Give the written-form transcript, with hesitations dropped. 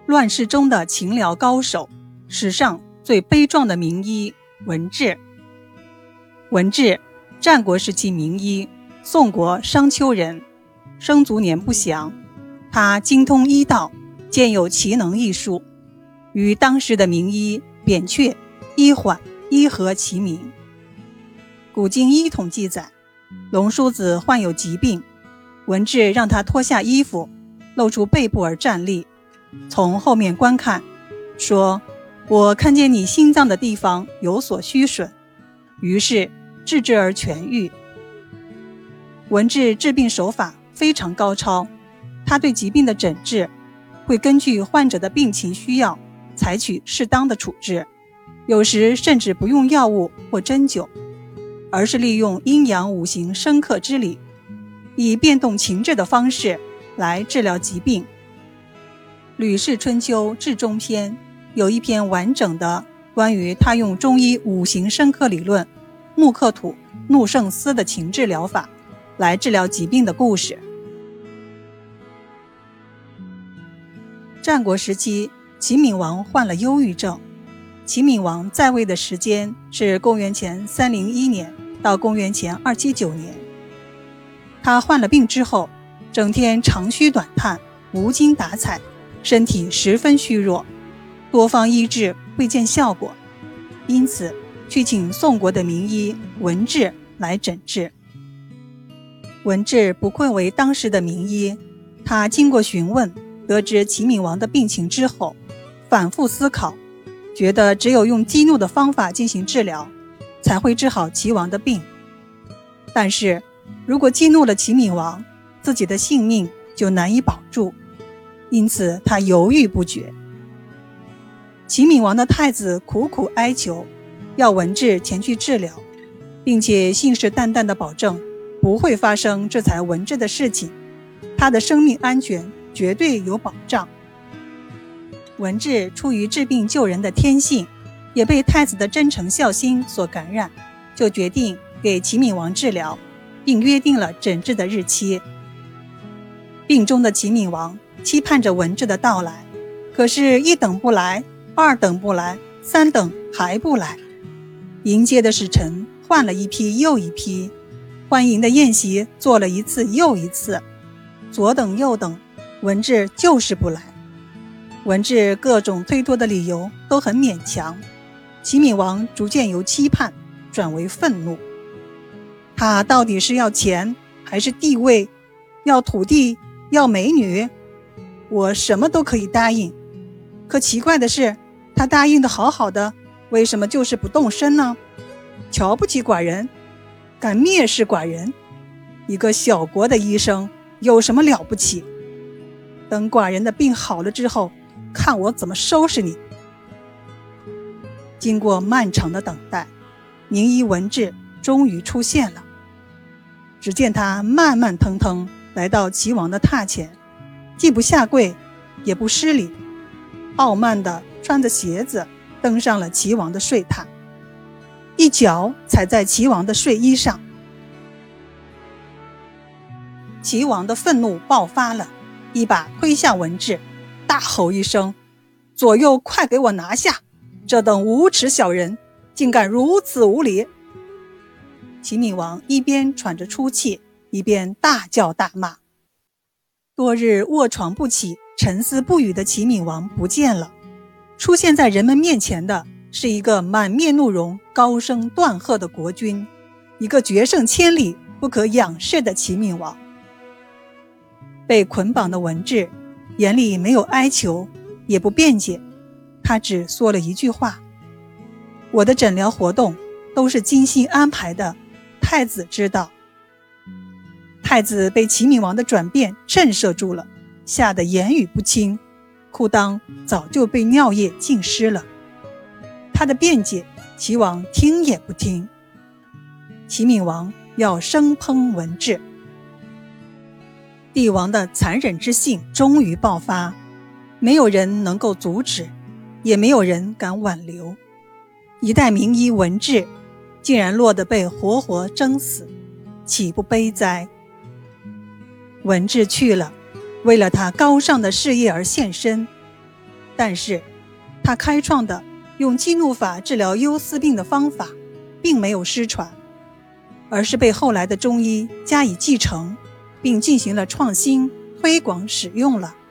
乱世中的秦辽高手，史上最悲壮的名医文治。文治，战国时期名医，宋国商丘人，生卒年不详。他精通医道，兼有奇能异术，与当时的名医扁鹊、医缓、医和齐名。古今医统记载，龙叔子患有疾病，文治让他脱下衣服，露出背部而站立，从后面观看，说：我看见你心脏的地方有所虚损，于是治之而痊愈。文治治病手法非常高超，他对疾病的诊治会根据患者的病情需要采取适当的处置，有时甚至不用药物或针灸，而是利用阴阳五行生克之理，以变动情志的方式来治疗疾病。吕氏春秋治中篇有一篇完整的关于他用中医五行生克理论木克土怒胜司的情志疗法来治疗疾病的故事。战国时期，齐闵王患了忧郁症。齐闵王在位的时间是公元前301年到公元前279年。他患了病之后，整天长吁短叹，无精打采，身体十分虚弱，多方医治未见效果，因此去请宋国的名医文治来诊治。文治不愧为当时的名医，他经过询问，得知齐闵王的病情之后，反复思考，觉得只有用激怒的方法进行治疗，才会治好齐王的病。但是如果激怒了齐闵王，自己的性命就难以保住，因此他犹豫不决。齐闵王的太子苦苦哀求，要文治前去治疗，并且信誓旦旦地保证不会发生这才文治的事情，他的生命安全绝对有保障。文治出于治病救人的天性，也被太子的真诚孝心所感染，就决定给齐闵王治疗，并约定了诊治的日期。病中的齐闵王期盼着文治的到来，可是一等不来，二等不来，三等还不来。迎接的使臣换了一批又一批，欢迎的宴席做了一次又一次，左等右等，文治就是不来。文治各种推脱的理由都很勉强，齐闵王逐渐由期盼转为愤怒。他到底是要钱还是地位，要土地，要美女？我什么都可以答应，可奇怪的是，他答应的好好的，为什么就是不动身呢？瞧不起寡人，敢蔑视寡人，一个小国的医生有什么了不起？等寡人的病好了之后，看我怎么收拾你。经过漫长的等待，名医文治终于出现了。只见他慢慢腾腾来到齐王的榻前，既不下跪，也不施礼，傲慢地穿着鞋子登上了齐王的睡榻，一脚踩在齐王的睡衣上。齐王的愤怒爆发了，一把推下文治，大吼一声：左右快给我拿下！这等无耻小人，竟敢如此无礼！齐闵王一边喘着粗气，一边大叫大骂。多日卧床不起，沉思不语的齐闵王不见了，出现在人们面前的是一个满面怒容、高声断喝的国君，一个决胜千里、不可仰视的齐闵王。被捆绑的文治眼里没有哀求，也不辩解，他只说了一句话：我的诊疗活动都是精心安排的，太子知道。太子被齐闵王的转变震慑住了，吓得言语不清，裤裆早就被尿液浸湿了。他的辩解，齐王听也不听。齐闵王要生烹文治。帝王的残忍之性终于爆发，没有人能够阻止，也没有人敢挽留。一代名医文治竟然落得被活活蒸死，岂不悲哉？文治去了，为了他高尚的事业而献身， 但是他开创的用激怒法治疗忧思病的方法并没有失传，而是被后来的中医加以继承，并进行了创新推广使用了。